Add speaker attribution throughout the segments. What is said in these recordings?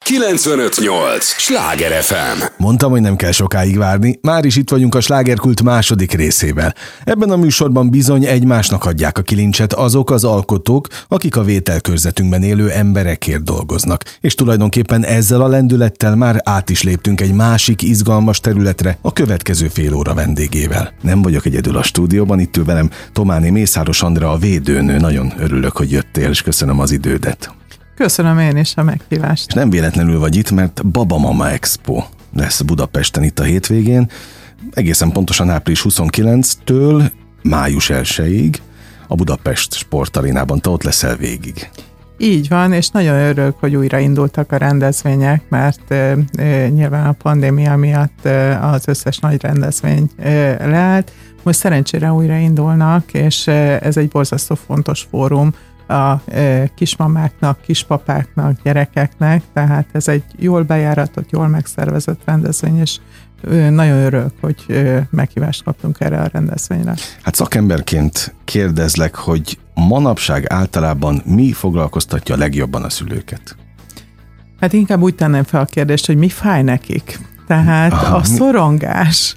Speaker 1: 95.8 Sláger FM.
Speaker 2: Mondtam, hogy nem kell sokáig várni, már is itt vagyunk a Slágerkult második részével. Ebben a műsorban bizony egymásnak adják a kilincset azok az alkotók, akik a vételkörzetünkben élő emberekért dolgoznak. És tulajdonképpen ezzel a lendülettel már át is léptünk egy másik izgalmas területre a következő fél óra vendégével. Nem vagyok egyedül a stúdióban, itt ül velem Tománé Mészáros Andrea, a védőnő. Nagyon örülök, hogy jöttél, és köszönöm az idődet.
Speaker 3: Köszönöm én is a meghívást.
Speaker 2: És nem véletlenül vagy itt, mert Baba Mama Expo lesz Budapesten itt a hétvégén, egészen pontosan április 29-től május 1-ig a Budapest Sportarénában. Te ott leszel végig. Így
Speaker 3: van, és nagyon örülök, hogy újraindultak a rendezvények, mert nyilván a pandémia miatt az összes nagy rendezvény leállt. Most szerencsére újraindulnak, és ez egy borzasztó fontos fórum a kismamáknak, kispapáknak, gyerekeknek, tehát ez egy jól bejáratott, jól megszervezett rendezvény, és nagyon örülök, hogy meghívást kaptunk erre a rendezvényre.
Speaker 2: Hát szakemberként kérdezlek, hogy manapság általában mi foglalkoztatja legjobban a szülőket?
Speaker 3: Hát inkább úgy tenném fel a kérdést, hogy mi fáj nekik. Tehát a szorongás,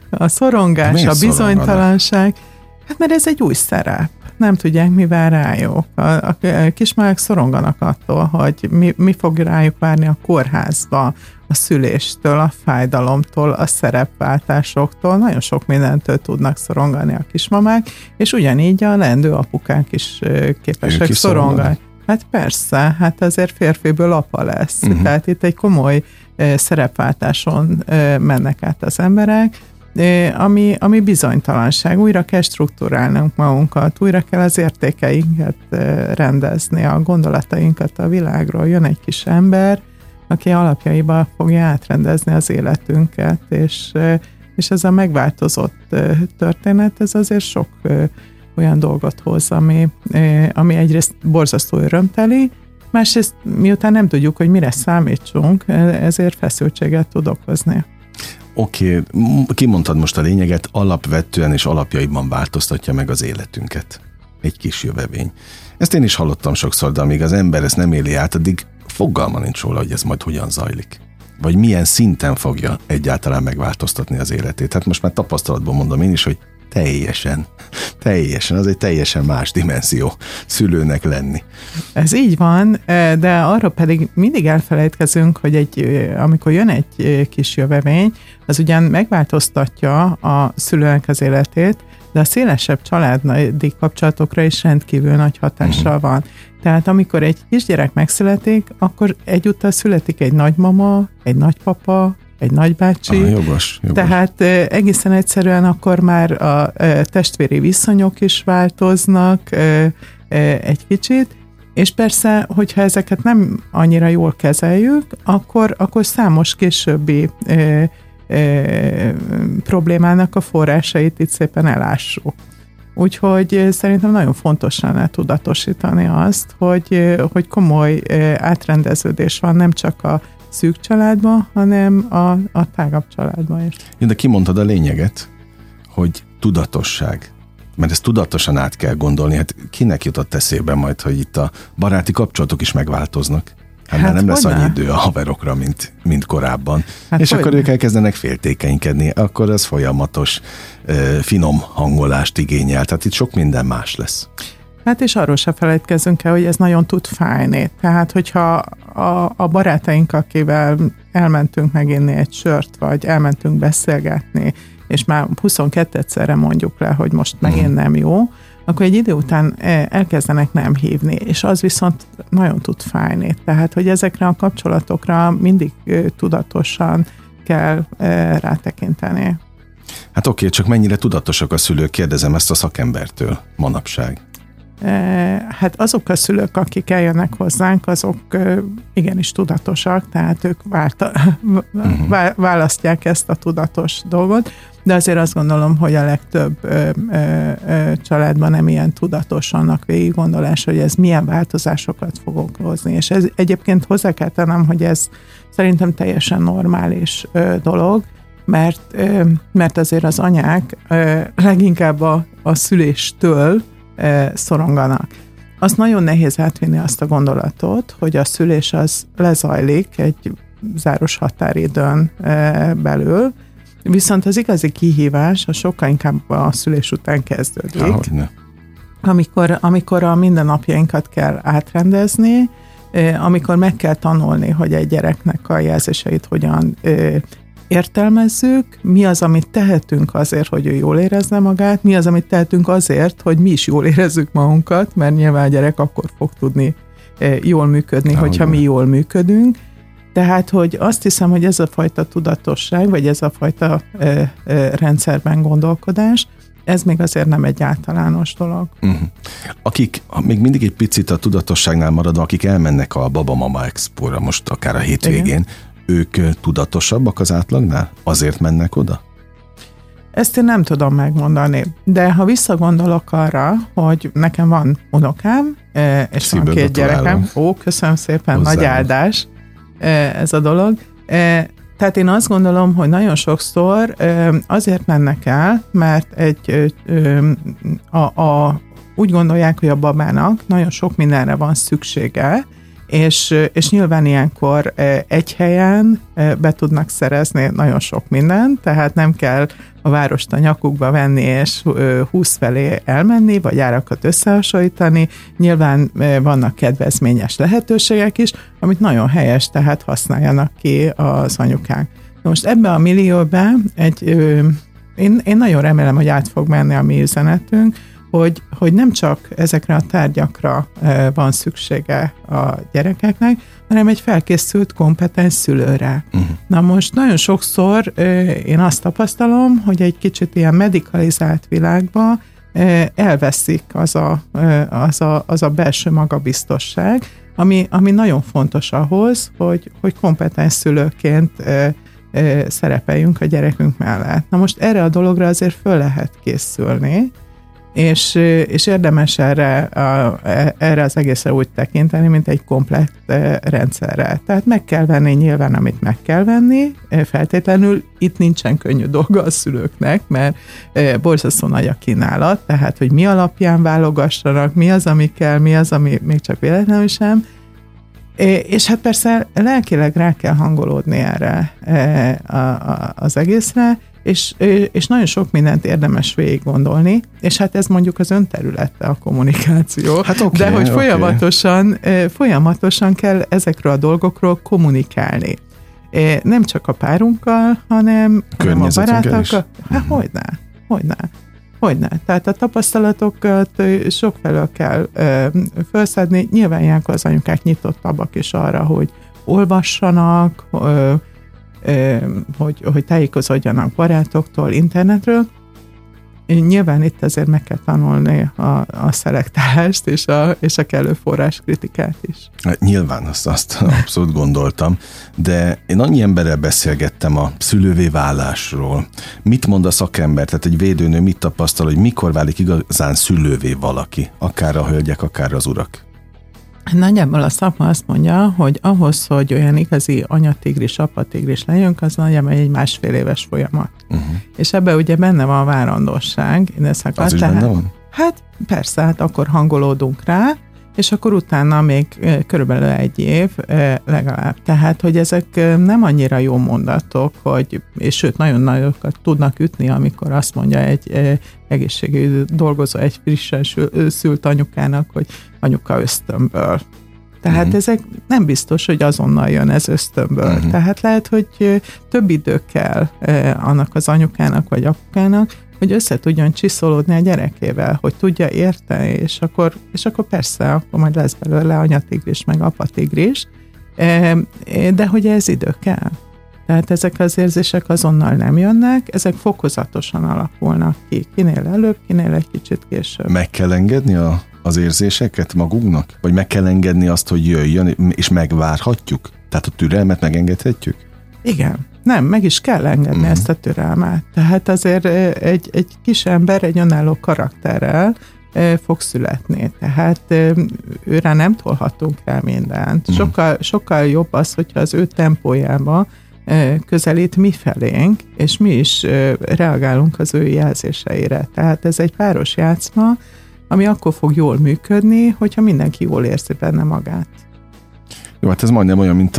Speaker 3: a bizonytalanság, hát mert ez egy új szerep. Nem tudják, mi vár rájuk. A kismamák szoronganak attól, hogy mi fog rájuk várni a kórházba, a szüléstől, a fájdalomtól, a szerepváltásoktól. Nagyon sok mindentől tudnak szorongani a kismamák, és ugyanígy a leendő apukák is képesek szorongani. Hát persze, hát azért férfiből apa lesz. Tehát itt egy komoly szerepváltáson mennek át az emberek, ami bizonytalanság. Újra kell strukturálnunk magunkat, újra kell az értékeinket rendezni, a gondolatainkat a világról. Jön egy kis ember, aki alapjaiba fogja átrendezni az életünket, és ez a megváltozott történet, ez azért sok olyan dolgot hoz, ami egyrészt borzasztó örömteli, másrészt miután nem tudjuk, hogy mire számítsunk, ezért feszültséget tud okozni.
Speaker 2: Oké, kimondtad most a lényeget, alapvetően és alapjaiban változtatja meg az életünket. Egy kis jövevény. Ezt én is hallottam sokszor, de amíg az ember ezt nem éli át, addig fogalma nincs róla, hogy ez majd hogyan zajlik. Vagy milyen szinten fogja egyáltalán megváltoztatni az életét. Hát most már tapasztalatban mondom én is, hogy teljesen, az egy teljesen más dimenzió szülőnek lenni.
Speaker 3: Ez így van, de arra pedig mindig elfelejtkezünk, hogy amikor jön egy kis jövevény, az ugyan megváltoztatja a szülőnek az életét, de a szélesebb családi kapcsolatokra is rendkívül nagy hatással van. Tehát amikor egy kisgyerek megszületik, akkor egyúttal születik egy nagymama, egy nagypapa, egy nagybácsi.
Speaker 2: Jogos.
Speaker 3: Tehát egészen egyszerűen akkor már a testvéri viszonyok is változnak egy kicsit, és persze, hogyha ezeket nem annyira jól kezeljük, akkor számos későbbi problémának a forrásait itt szépen elássuk. Úgyhogy szerintem nagyon fontos lenne tudatosítani azt, hogy komoly átrendeződés van nem csak a szűk családban, hanem a tágabb családban is.
Speaker 2: De kimondtad a lényeget, hogy tudatosság. Mert ezt tudatosan át kell gondolni. Hát kinek jutott eszébe majd, hogy itt a baráti kapcsolatok is megváltoznak? Hát nem lesz annyi idő a haverokra, mint korábban. És akkor ők elkezdenek féltékenykedni, akkor ez folyamatos, finom hangolást igényel. Tehát itt sok minden más lesz.
Speaker 3: Hát és arról se felejtkezzünk el, hogy ez nagyon tud fájni. Tehát, hogyha a barátaink, akivel elmentünk meginni egy sört, vagy elmentünk beszélgetni, és már 22-szerre mondjuk le, hogy most megint nem jó, akkor egy idő után elkezdenek nem hívni, és az viszont nagyon tud fájni. Tehát, hogy ezekre a kapcsolatokra mindig tudatosan kell rátekinteni.
Speaker 2: Hát oké, csak mennyire tudatosak a szülők, kérdezem ezt a szakembertől manapság.
Speaker 3: Hát azok a szülők, akik eljönnek hozzánk, azok igenis tudatosak, tehát ők választják ezt a tudatos dolgot, de azért azt gondolom, hogy a legtöbb családban nem ilyen tudatos annak végig gondolás, hogy ez milyen változásokat fog okozni. És ez egyébként hozzá kell tennem, hogy ez szerintem teljesen normális dolog, mert azért az anyák leginkább a szüléstől szoronganak. Az nagyon nehéz átvinni azt a gondolatot, hogy a szülés az lezajlik egy záros határidőn belül. Viszont az igazi kihívás sokkal inkább a szülés után kezdődik. Amikor a mindennapjainkat kell átrendezni, amikor meg kell tanulni, hogy egy gyereknek a jelzéseit hogyan értelmezzük, mi az, amit tehetünk azért, hogy ő jól érezze magát, mi az, amit tehetünk azért, hogy mi is jól érezzük magunkat, mert nyilván a gyerek akkor fog tudni jól működni, hogyha mi jól működünk. Tehát, hogy azt hiszem, hogy ez a fajta tudatosság, vagy ez a fajta rendszerben gondolkodás, ez még azért nem egy általános dolog.
Speaker 2: Akik még mindig egy picit a tudatosságnál maradva, akik elmennek a Baba-Mama Expóra most akár a hétvégén, igen, ők tudatosabbak az átlagnál? Azért mennek oda?
Speaker 3: Ezt én nem tudom megmondani, de ha visszagondolok arra, hogy nekem van unokám, és van 2 gyerekem. Köszönöm szépen, hozzám. Nagy áldás ez a dolog. Tehát én azt gondolom, hogy nagyon sokszor azért mennek el, mert úgy gondolják, hogy a babának nagyon sok mindenre van szüksége, és nyilván ilyenkor egy helyen be tudnak szerezni nagyon sok mindent, tehát nem kell a várost a nyakukba venni, és 20 felé elmenni, vagy árakat összehasonlítani. Nyilván vannak kedvezményes lehetőségek is, amit nagyon helyes, tehát használjanak ki az anyukák. Most ebbe a millióba én nagyon remélem, hogy át fog menni a mi üzenetünk, hogy nem csak ezekre a tárgyakra van szüksége a gyerekeknek, hanem egy felkészült, kompetens szülőre. Na most nagyon sokszor én azt tapasztalom, hogy egy kicsit ilyen medikalizált világban elveszik az a belső magabiztosság, ami nagyon fontos ahhoz, hogy kompetens szülőként szerepeljünk a gyerekünk mellett. Na most erre a dologra azért föl lehet készülni, és érdemes erre az egészre úgy tekinteni, mint egy komplett rendszerre. Tehát meg kell venni nyilván, amit meg kell venni, feltétlenül itt nincsen könnyű dolga a szülőknek, mert borzasztó nagy a kínálat, tehát hogy mi alapján válogassanak, mi az, ami kell, mi az, ami még csak véletlenül sem. És hát persze lelkileg rá kell hangolódni erre az egészre, és nagyon sok mindent érdemes végig gondolni, és hát ez mondjuk az ön területe, a kommunikáció. Hát de hogy folyamatosan kell ezekről a dolgokról kommunikálni. Nem csak a párunkkal, hanem a barátokkal. Hát hogyne. Tehát a tapasztalatokat sokfelől kell felszedni. Nyilván ilyenkor az anyukák nyitottabbak is arra, hogy olvassanak, hogy tájékozódjanak barátoktól, internetről. Nyilván itt azért meg kell tanulni a szelektálást és a kellő forráskritikát is.
Speaker 2: Nyilván azt abszolút gondoltam, de én annyi emberrel beszélgettem a szülővé válásról. Mit mond a szakember, tehát egy védőnő mit tapasztal, hogy mikor válik igazán szülővé valaki, akár a hölgyek, akár az urak?
Speaker 3: Nagyjából a szakma azt mondja, hogy ahhoz, hogy olyan igazi anyatigris, apatigris legyünk, az nagyjából egy 1,5 éves folyamat. És ebben ugye benne van a várandosság.
Speaker 2: Az is benne van?
Speaker 3: Hát persze, hát akkor hangolódunk rá, és akkor utána még körülbelül 1 év legalább. Tehát, hogy ezek nem annyira jó mondatok, és sőt, nagyon nagyokat tudnak ütni, amikor azt mondja egy egészségügyi dolgozó egy frissen szült anyukának, hogy anyuka ösztönből. Tehát ezek nem biztos, hogy azonnal jön ez ösztönből. Tehát lehet, hogy több idő kell annak az anyukának vagy apukának, hogy össze tudjon csiszolódni a gyerekével, hogy tudja érteni, és akkor persze, akkor majd lesz belőle anyatigris, meg apatigris, de hogy ez idő kell. Tehát ezek az érzések azonnal nem jönnek, ezek fokozatosan alakulnak ki. Kinél előbb, kinél egy kicsit később.
Speaker 2: Meg kell engedni az érzéseket magunknak? Vagy meg kell engedni azt, hogy jöjjön, és megvárhatjuk? Tehát a türelmet megengedhetjük?
Speaker 3: Igen. Nem, meg is kell engedni ezt a türelmet. Tehát azért egy kis ember egy önálló karakterrel fog születni. Tehát őre nem tolhatunk el mindent. Sokkal jobb az, hogyha az ő tempójába közelít mi felénk, és mi is reagálunk az ő jelzéseire. Tehát ez egy páros játszma, ami akkor fog jól működni, hogyha mindenki jól érzi benne magát.
Speaker 2: Jó, hát ez majdnem olyan, mint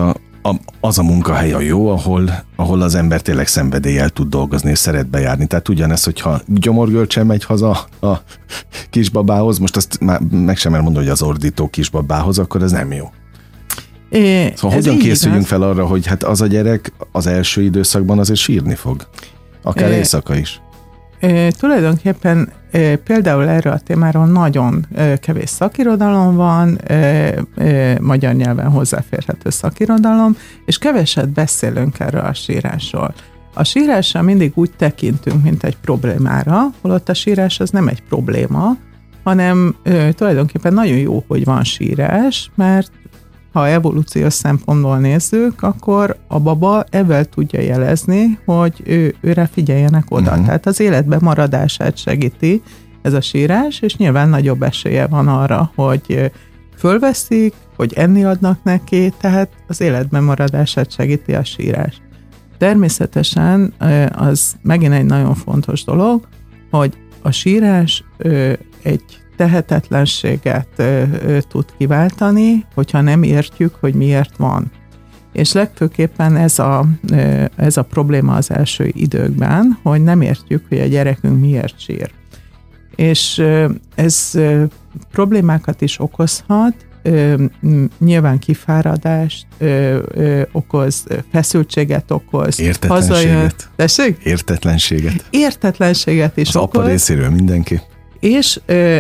Speaker 2: az a munkahely a jó, ahol az ember tényleg szenvedéllyel tud dolgozni, és szeret bejárni. Tehát ugyanez, hogyha gyomorgörcsel megy haza a kisbabához, most azt már meg sem elmondom, hogy az ordító kisbabához, akkor ez nem jó. Szóval hogyan készüljünk fel arra, hogy hát az a gyerek az első időszakban azért sírni fog? Akár éjszaka is.
Speaker 3: Tulajdonképpen például erről a témáról nagyon kevés szakirodalom van, magyar nyelven hozzáférhető szakirodalom, és keveset beszélünk erről a sírásról. A sírásra mindig úgy tekintünk, mint egy problémára, holott a sírás az nem egy probléma, hanem tulajdonképpen nagyon jó, hogy van sírás, mert ha evolúciós szempontból nézzük, akkor a baba ebben tudja jelezni, hogy őre figyeljenek oda. Tehát az életben maradását segíti ez a sírás, és nyilván nagyobb esélye van arra, hogy fölveszik, hogy enni adnak neki, tehát az életben maradását segíti a sírás. Természetesen az megint egy nagyon fontos dolog, hogy a sírás egy tehetetlenséget tud kiváltani, hogyha nem értjük, hogy miért van. És legfőképpen ez a probléma az első időkben, hogy nem értjük, hogy a gyerekünk miért sír. És ez problémákat is okozhat, nyilván kifáradást okoz, feszültséget okoz.
Speaker 2: Értetlenséget.
Speaker 3: Tessék?
Speaker 2: Értetlenséget.
Speaker 3: Értetlenséget is
Speaker 2: az
Speaker 3: okoz.
Speaker 2: Az apa részéről mindenki.
Speaker 3: És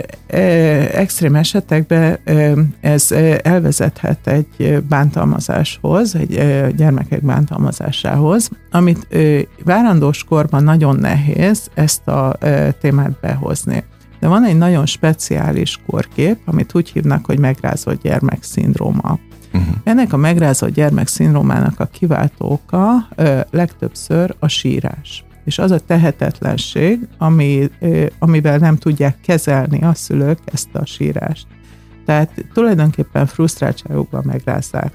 Speaker 3: extrém esetekben ez elvezethet egy bántalmazáshoz, egy gyermekek bántalmazásához, amit várandós korban nagyon nehéz ezt a témát behozni. De van egy nagyon speciális korkép, amit úgy hívnak, hogy megrázott gyermek szindróma. Ennek a megrázott gyermek szindrómának a kiváltó oka legtöbbször a sírás. És az a tehetetlenség, amivel nem tudják kezelni a szülők ezt a sírást. Tehát tulajdonképpen frusztráltságukban megrázzák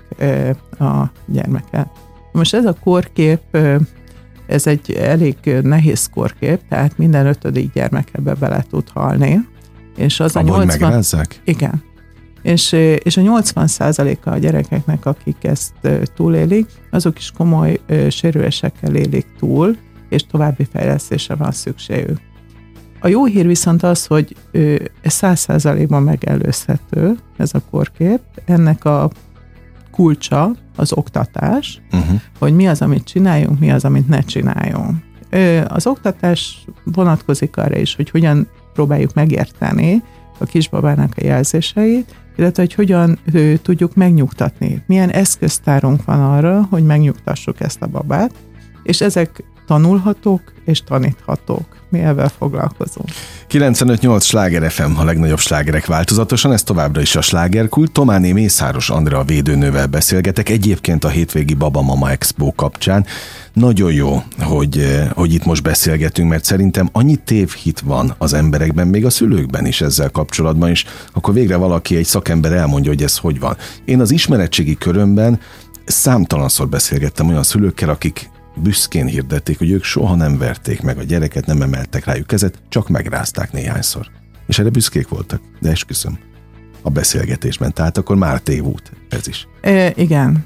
Speaker 3: a gyermeket. Most ez a korkép, ez egy elég nehéz korkép, tehát minden 5. gyermek ebbe bele tud halni. És az
Speaker 2: abban 80... megrázzák?
Speaker 3: Igen. És a 80%-a a gyerekeknek, akik ezt túlélik, azok is komoly sérülésekkel élik túl, és további fejlesztésre van szükségük. A jó hír viszont az, hogy ez 100%-ban megelőzhető, ez a korkép. Ennek a kulcsa az oktatás, hogy mi az, amit csináljunk, mi az, amit ne csináljunk. Az oktatás vonatkozik arra is, hogy hogyan próbáljuk megérteni a kisbabának a jelzéseit, illetve hogy hogyan tudjuk megnyugtatni. Milyen eszköztárunk van arra, hogy megnyugtassuk ezt a babát, és ezek tanulhatók és taníthatók. Mi ebben foglalkozunk.
Speaker 2: 95.8 Sláger FM, a legnagyobb slágerek változatosan, ez továbbra is a Slágerkult. Tománé Mészáros Andrea védőnővel beszélgetek, egyébként a hétvégi Baba-Mama Expo kapcsán. Nagyon jó, hogy itt most beszélgetünk, mert szerintem annyi tévhit van az emberekben, még a szülőkben is ezzel kapcsolatban, és akkor végre valaki, egy szakember elmondja, hogy ez hogy van. Én az ismeretségi körömben számtalanszor beszélgettem olyan szülőkkel, akik büszkén hirdették, hogy ők soha nem verték meg a gyereket, nem emeltek rájuk kezet, csak megrázták néhányszor. És erre büszkék voltak, de esküszöm, a beszélgetésben. Tehát akkor már tévút ez is.
Speaker 3: Igen.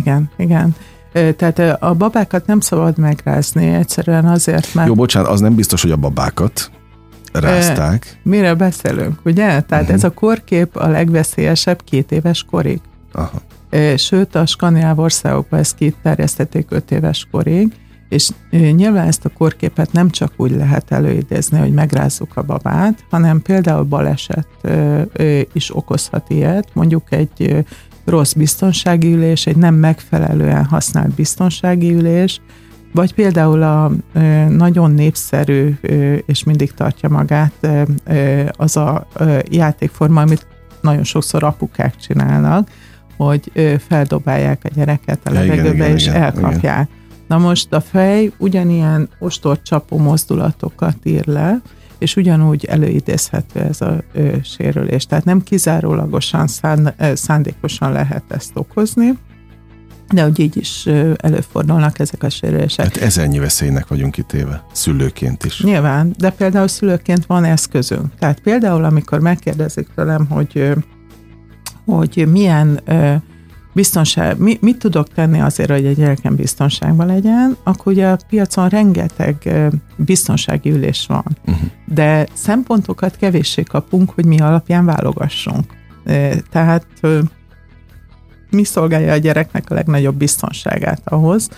Speaker 3: Tehát a babákat nem szabad megrázni, egyszerűen azért, mert...
Speaker 2: Jó, bocsánat, az nem biztos, hogy a babákat rázták.
Speaker 3: Miről beszélünk, ugye? Tehát ez a korkép a legveszélyesebb 2 éves korig.
Speaker 2: Aha.
Speaker 3: Sőt, a skandináv országokban ezt kiterjesztették 5 éves korig, és nyilván ezt a korképet nem csak úgy lehet előidézni, hogy megrázzuk a babát, hanem például baleset is okozhat ilyet, mondjuk egy rossz biztonsági ülés, egy nem megfelelően használt biztonsági ülés, vagy például a nagyon népszerű és mindig tartja magát az a játékforma, amit nagyon sokszor apukák csinálnak, hogy feldobálják a gyereket a levegőbe, és elkapják. Igen. Na most a fej ugyanilyen ostorcsapó mozdulatokat ír le, és ugyanúgy előidézhető ez a sérülés. Tehát nem kizárólagosan szándékosan lehet ezt okozni, de hogy így is előfordulnak ezek a sérülések.
Speaker 2: Hát ezernyi veszélynek vagyunk kitéve, szülőként is.
Speaker 3: Nyilván, de például szülőként van eszközünk. Tehát például, amikor megkérdezik tőlem, hogy milyen biztonság, mit tudok tenni azért, hogy a gyerekem biztonságban legyen, akkor ugye a piacon rengeteg biztonsági ülés van, de szempontokat kevéssé kapunk, hogy mi alapján válogassunk. Tehát mi szolgálja a gyereknek a legnagyobb biztonságát ahhoz,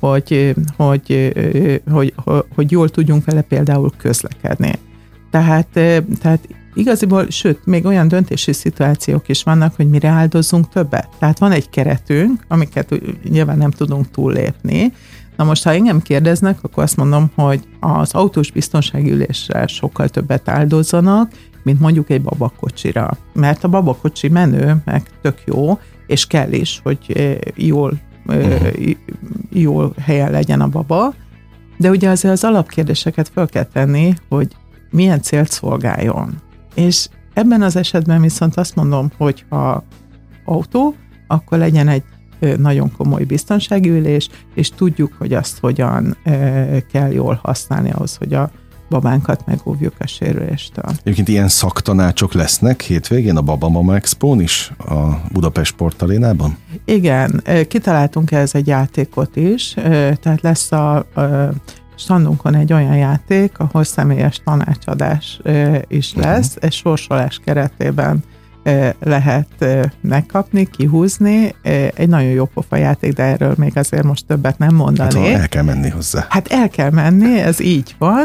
Speaker 3: hogy jól tudjunk vele például közlekedni. Tehát igaziból, sőt, még olyan döntési szituációk is vannak, hogy mire áldozzunk többet. Tehát van egy keretünk, amiket nyilván nem tudunk túllépni. Na most, ha engem kérdeznek, akkor azt mondom, hogy az autós biztonsági ülésre sokkal többet áldozzanak, mint mondjuk egy babakocsira. Mert a babakocsi menő, meg tök jó, és kell is, hogy jól helyen legyen a baba, de ugye azért az alapkérdéseket fel kell tenni, hogy milyen célt szolgáljon. És ebben az esetben viszont azt mondom, hogy ha autó, akkor legyen egy nagyon komoly biztonsági ülés, és tudjuk, hogy azt hogyan kell jól használni ahhoz, hogy a babánkat megóvjuk a sérüléstől.
Speaker 2: Egyébként ilyen szaktanácsok lesznek hétvégén a Babamama Expón is a Budapest Sportarénában?
Speaker 3: Igen, kitaláltunk ehhez egy játékot is, tehát lesz a standunkon egy olyan játék, ahol személyes tanácsadás is lesz, egy sorsolás keretében lehet megkapni, kihúzni. Egy nagyon jó pofa játék, de erről még azért most többet nem mondani.
Speaker 2: Hát el kell menni hozzá.
Speaker 3: Hát el kell menni, ez így van,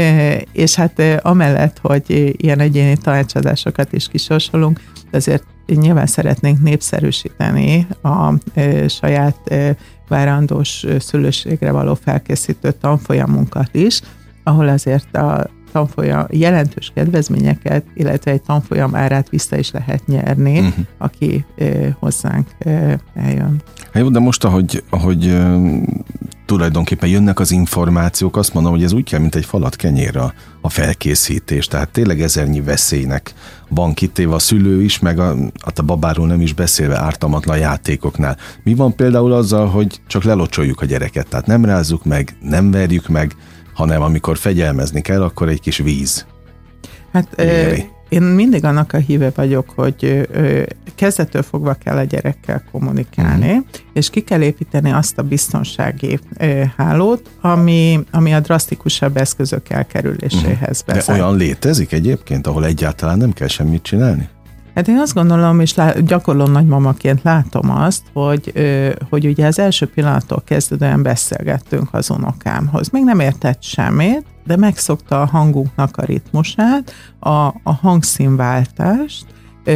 Speaker 3: és hát amellett, hogy ilyen egyéni tanácsadásokat is kisorsolunk, azért nyilván szeretnénk népszerűsíteni a saját várandós szülőségre való felkészítő tanfolyamunkat is, ahol azért a tanfolyam jelentős kedvezményeket, illetve egy tanfolyam árát vissza is lehet nyerni, aki hozzánk eljön.
Speaker 2: Hát jó, de most, ahogy tulajdonképpen jönnek az információk, azt mondom, hogy ez úgy kell, mint egy falat kenyér a felkészítés, tehát tényleg ezernyi veszélynek van kitéve a szülő is, meg a babáról nem is beszélve ártalmatlan játékoknál. Mi van például azzal, hogy csak lelocsoljuk a gyereket, tehát nem rázzuk meg, nem verjük meg, hanem amikor fegyelmezni kell, akkor egy kis víz.
Speaker 3: Hát én mindig annak a híve vagyok, hogy kezdettől fogva kell a gyerekkel kommunikálni, és ki kell építeni azt a biztonsági hálót, ami a drasztikusabb eszközök elkerüléséhez vezet.
Speaker 2: De olyan létezik egyébként, ahol egyáltalán nem kell semmit csinálni?
Speaker 3: Hát én azt gondolom, és gyakorló nagymamaként látom azt, hogy ugye az első pillanattól kezdődően beszélgettünk az unokámhoz. Még nem értett semmit, de megszokta a hangunknak a ritmusát, a hangszínváltást,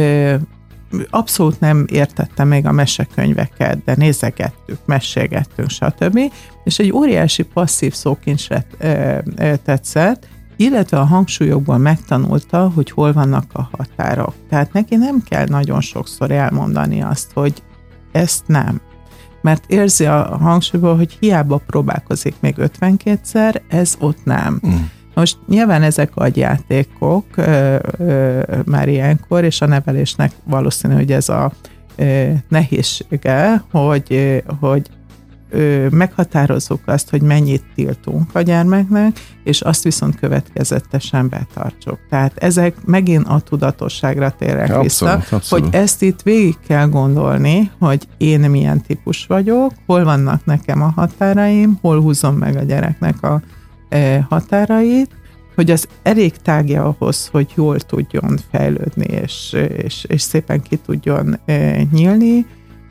Speaker 3: abszolút nem értette még a mesekönyveket, de nézegettük, mesélgettünk, stb. És egy óriási passzív szókincsre tetszett, illetve a hangsúlyokból megtanulta, hogy hol vannak a határok. Tehát neki nem kell nagyon sokszor elmondani azt, hogy ezt nem. Mert érzi a hangsúlyból, hogy hiába próbálkozik még 52-szer, ez ott nem. Most nyilván ezek agyjátékok már ilyenkor, és a nevelésnek valószínű, hogy ez a nehézsége, hogy meghatározzuk azt, hogy mennyit tiltunk a gyermeknek, és azt viszont következetesen betartsuk. Tehát ezek megint a tudatosságra térnek vissza, abszolút. Hogy ezt itt végig kell gondolni, hogy én milyen típus vagyok, hol vannak nekem a határaim, hol húzom meg a gyereknek a határait, hogy az elég tágja ahhoz, hogy jól tudjon fejlődni, és szépen ki tudjon nyílni,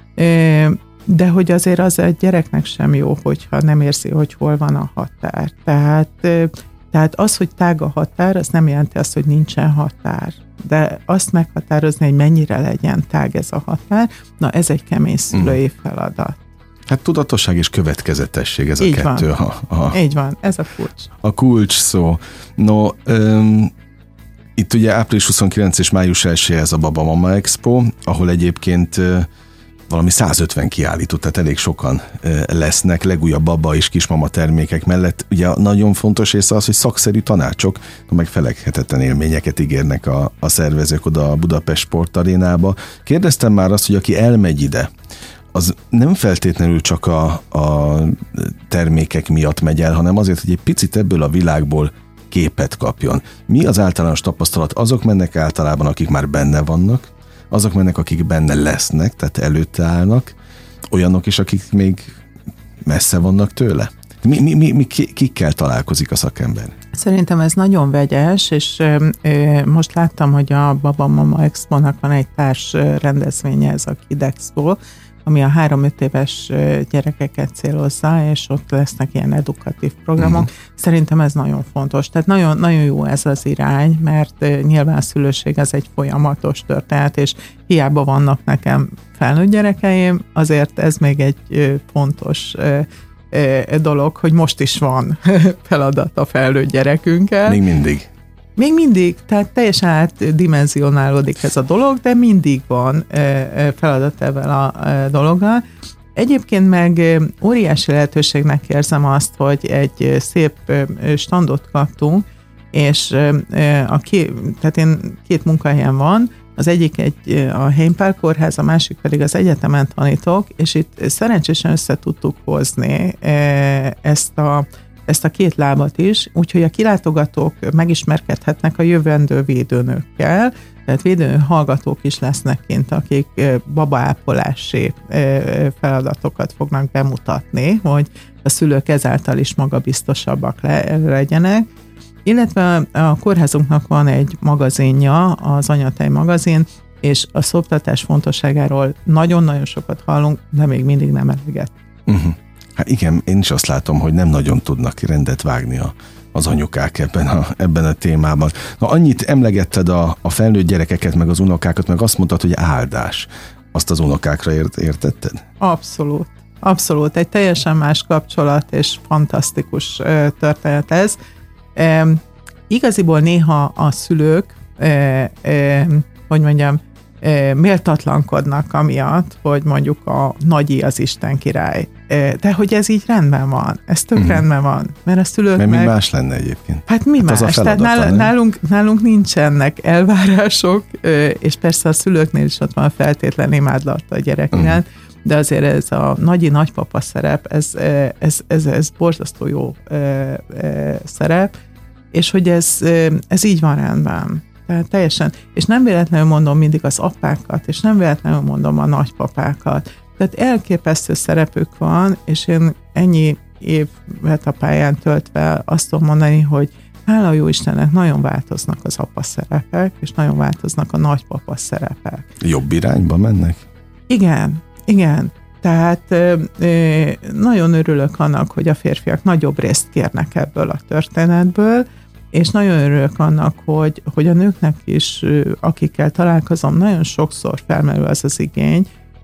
Speaker 3: de hogy azért az egy gyereknek sem jó, hogyha nem érzi, hogy hol van a határ. Tehát az, hogy tág a határ, az nem jelenti azt, hogy nincsen határ. De azt meghatározni, hogy mennyire legyen tág ez a határ, na ez egy kemény szülői feladat.
Speaker 2: Hát tudatosság és következetesség, ez
Speaker 3: így
Speaker 2: a kettő.
Speaker 3: Így van, ez a kulcs.
Speaker 2: A kulcs szó. No, itt ugye április 29 és május 1 ez a Babamama Expo, ahol egyébként valami 150 kiállító, tehát elég sokan lesznek, legújabb baba és kismama termékek mellett. Ugye nagyon fontos része az, hogy szakszerű tanácsok, meg feleghetetlen élményeket ígérnek a szervezők oda a Budapest Sportarénába. Kérdeztem már azt, hogy aki elmegy ide, az nem feltétlenül csak a termékek miatt megy el, hanem azért, hogy egy picit ebből a világból képet kapjon. Mi az általános tapasztalat? Azok mennek általában, akik már benne vannak, azok mennek, akik benne lesznek, tehát előtte állnak, olyanok is, akik még messze vannak tőle? Kikkel találkozik a szakember?
Speaker 3: Szerintem ez nagyon vegyes, és most láttam, hogy a Baba Mama Expo-nak van egy társ rendezvénye, ez a Kid Expo, ami a 3-5 éves gyerekeket célozza, és ott lesznek ilyen edukatív programok. Szerintem ez nagyon fontos. Tehát nagyon, nagyon jó ez az irány, mert nyilván a szülőség az egy folyamatos történet, és hiába vannak nekem felnőtt gyerekeim, azért ez még egy fontos dolog, hogy most is van feladat a felnőtt gyerekünkkel. Még mindig, tehát teljesen átdimenzionálódik ez a dolog, de mindig van feladat ebben a dologgal. Egyébként meg óriási lehetőségnek érzem azt, hogy egy szép standot kaptunk, és tehát én 2 munkahelyen van, az egyik a Heimpál Kórház, a másik pedig az egyetemen tanítok, és itt szerencsésen össze tudtuk hozni ezt a 2 lábat is, úgyhogy a kilátogatók megismerkedhetnek a jövendő védőnőkkel, tehát védőnő hallgatók is lesznek kint, akik babaápolási feladatokat fognak bemutatni, hogy a szülők ezáltal is magabiztosabbak legyenek. Illetve a kórházunknak van egy magazinja, az Anyatej magazin, és a szoptatás fontosságáról nagyon-nagyon sokat hallunk, de még mindig nem eleget.
Speaker 2: Hát igen, én is azt látom, hogy nem nagyon tudnak rendet vágni az anyukák ebben a témában. Na, annyit emlegetted a felnőtt gyerekeket, meg az unokákat, meg azt mondtad, hogy áldás. Azt az unokákra értetted?
Speaker 3: Abszolút. Abszolút. Egy teljesen más kapcsolat, és fantasztikus történet ez. Igaziból néha a szülők, méltatlankodnak amiatt, hogy mondjuk a nagyi az Isten király. De hogy ez így rendben van. Ez tök rendben van. Mert a szülők
Speaker 2: mert mi más lenne egyébként?
Speaker 3: Hát mi más? Tehát nálunk nincsenek elvárások, és persze a szülőknél is ott van feltétlen imádlat a gyerek iránt, de azért ez a nagyi-nagypapa szerep, ez borzasztó jó szerep, és hogy ez így van rendben. Tehát teljesen, és nem véletlenül mondom mindig az apákat, és nem véletlenül mondom a nagypapákat. Tehát elképesztő szerepük van, és én ennyi évet a pályán töltve azt tudom mondani, hogy hála jó Istennek nagyon változnak az apa szerepek, és nagyon változnak a nagypapa szerepek.
Speaker 2: Jobb irányba mennek?
Speaker 3: Igen. Tehát nagyon örülök annak, hogy a férfiak nagyobb részt kérnek ebből a történetből, és nagyon örülök annak, hogy a nőknek is, akikkel találkozom, nagyon sokszor felmerül az az igény,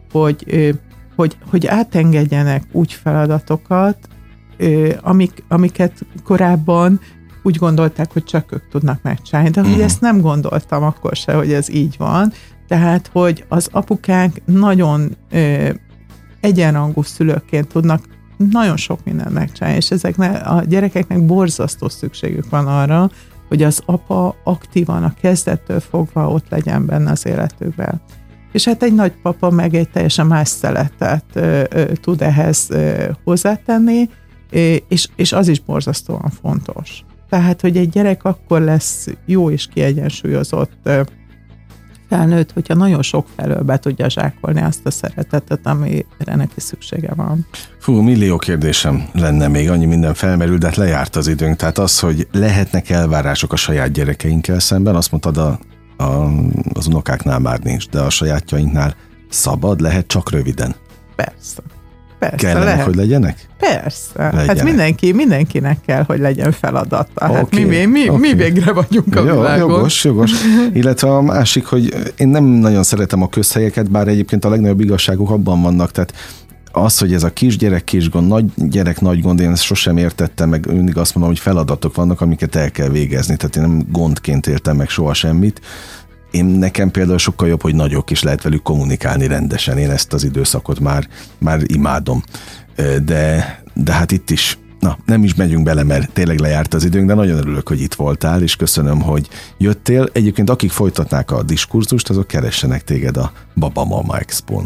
Speaker 3: hogy átengedjenek úgy feladatokat, amiket korábban úgy gondolták, hogy csak ők tudnak megcsinálni. De hogy ezt nem gondoltam akkor se, hogy ez így van. Tehát, hogy az apukák nagyon egyenrangú szülőként tudnak nagyon sok mindent megcsinálni, és ezeknek a gyerekeknek borzasztó szükségük van arra, hogy az apa aktívan a kezdettől fogva ott legyen benne az életükben. És hát egy nagypapa meg egy teljesen más szeletet tud ehhez hozzátenni, és az is borzasztóan fontos. Tehát, hogy egy gyerek akkor lesz jó és kiegyensúlyozott felnőtt, hogyha nagyon sok felől be tudja zsákolni azt a szeretetet, amire neki szüksége van.
Speaker 2: Millió kérdésem lenne még, annyi minden felmerül, de hát lejárt az időnk. Tehát az, hogy lehetnek elvárások a saját gyerekeinkkel szemben, azt mondtad, az unokáknál már nincs, de a sajátjainknál szabad, lehet csak röviden.
Speaker 3: Persze,
Speaker 2: Kellenek, lehet. Hogy legyenek?
Speaker 3: Persze. Legyenek. Hát mindenkinek kell, hogy legyen feladata. Hát mi végre vagyunk a világon.
Speaker 2: Jogos. Illetve a másik, hogy én nem nagyon szeretem a közhelyeket, bár egyébként a legnagyobb igazságok abban vannak, tehát az, hogy ez a kisgyerek kis gond, nagy gyerek nagy gond, én ezt sosem értettem, meg mindig azt mondom, hogy feladatok vannak, amiket el kell végezni, tehát én nem gondként éltem meg soha semmit. Nekem például sokkal jobb, hogy nagyok is lehet velük kommunikálni rendesen. Én ezt az időszakot már imádom. De hát itt is, nem is megyünk bele, mert tényleg lejárt az időnk, de nagyon örülök, hogy itt voltál, és köszönöm, hogy jöttél. Egyébként akik folytatnák a diskurzust, azok keressenek téged a Baba Mama Expón.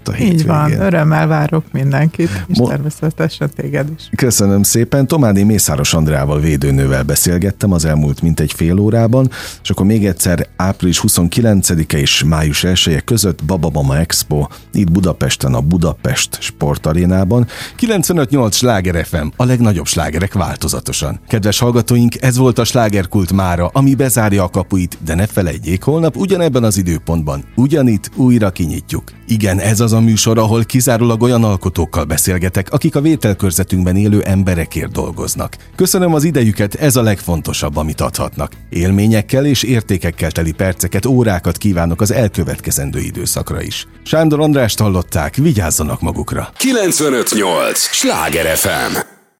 Speaker 2: itt a hétvégén.
Speaker 3: Így van, örömmel várok mindenkit, és természetesen téged is.
Speaker 2: Köszönöm szépen. Tomádi Mészáros Andrával, védőnővel beszélgettem az elmúlt mintegy fél órában, és akkor még egyszer április 29-e és május 1-e között Bababama Expo, itt Budapesten a Budapest Sportarénában. 95.8 Sláger FM, a legnagyobb slágerek változatosan. Kedves hallgatóink, ez volt a Slágerkult mára, ami bezárja a kapuit, de ne felejtjék, holnap ugyanebben az időpontban, ugyanitt újra kinyitjuk. Igen, ez az a műsor, ahol kizárólag olyan alkotókkal beszélgetek, akik a vételkörzetünkben élő emberekért dolgoznak. Köszönöm az idejüket, ez a legfontosabb, amit adhatnak. Élményekkel és értékekkel teli perceket, órákat kívánok az elkövetkezendő időszakra is. Sándor Andrást hallották, vigyázzanak magukra!
Speaker 1: 95.8 Sláger FM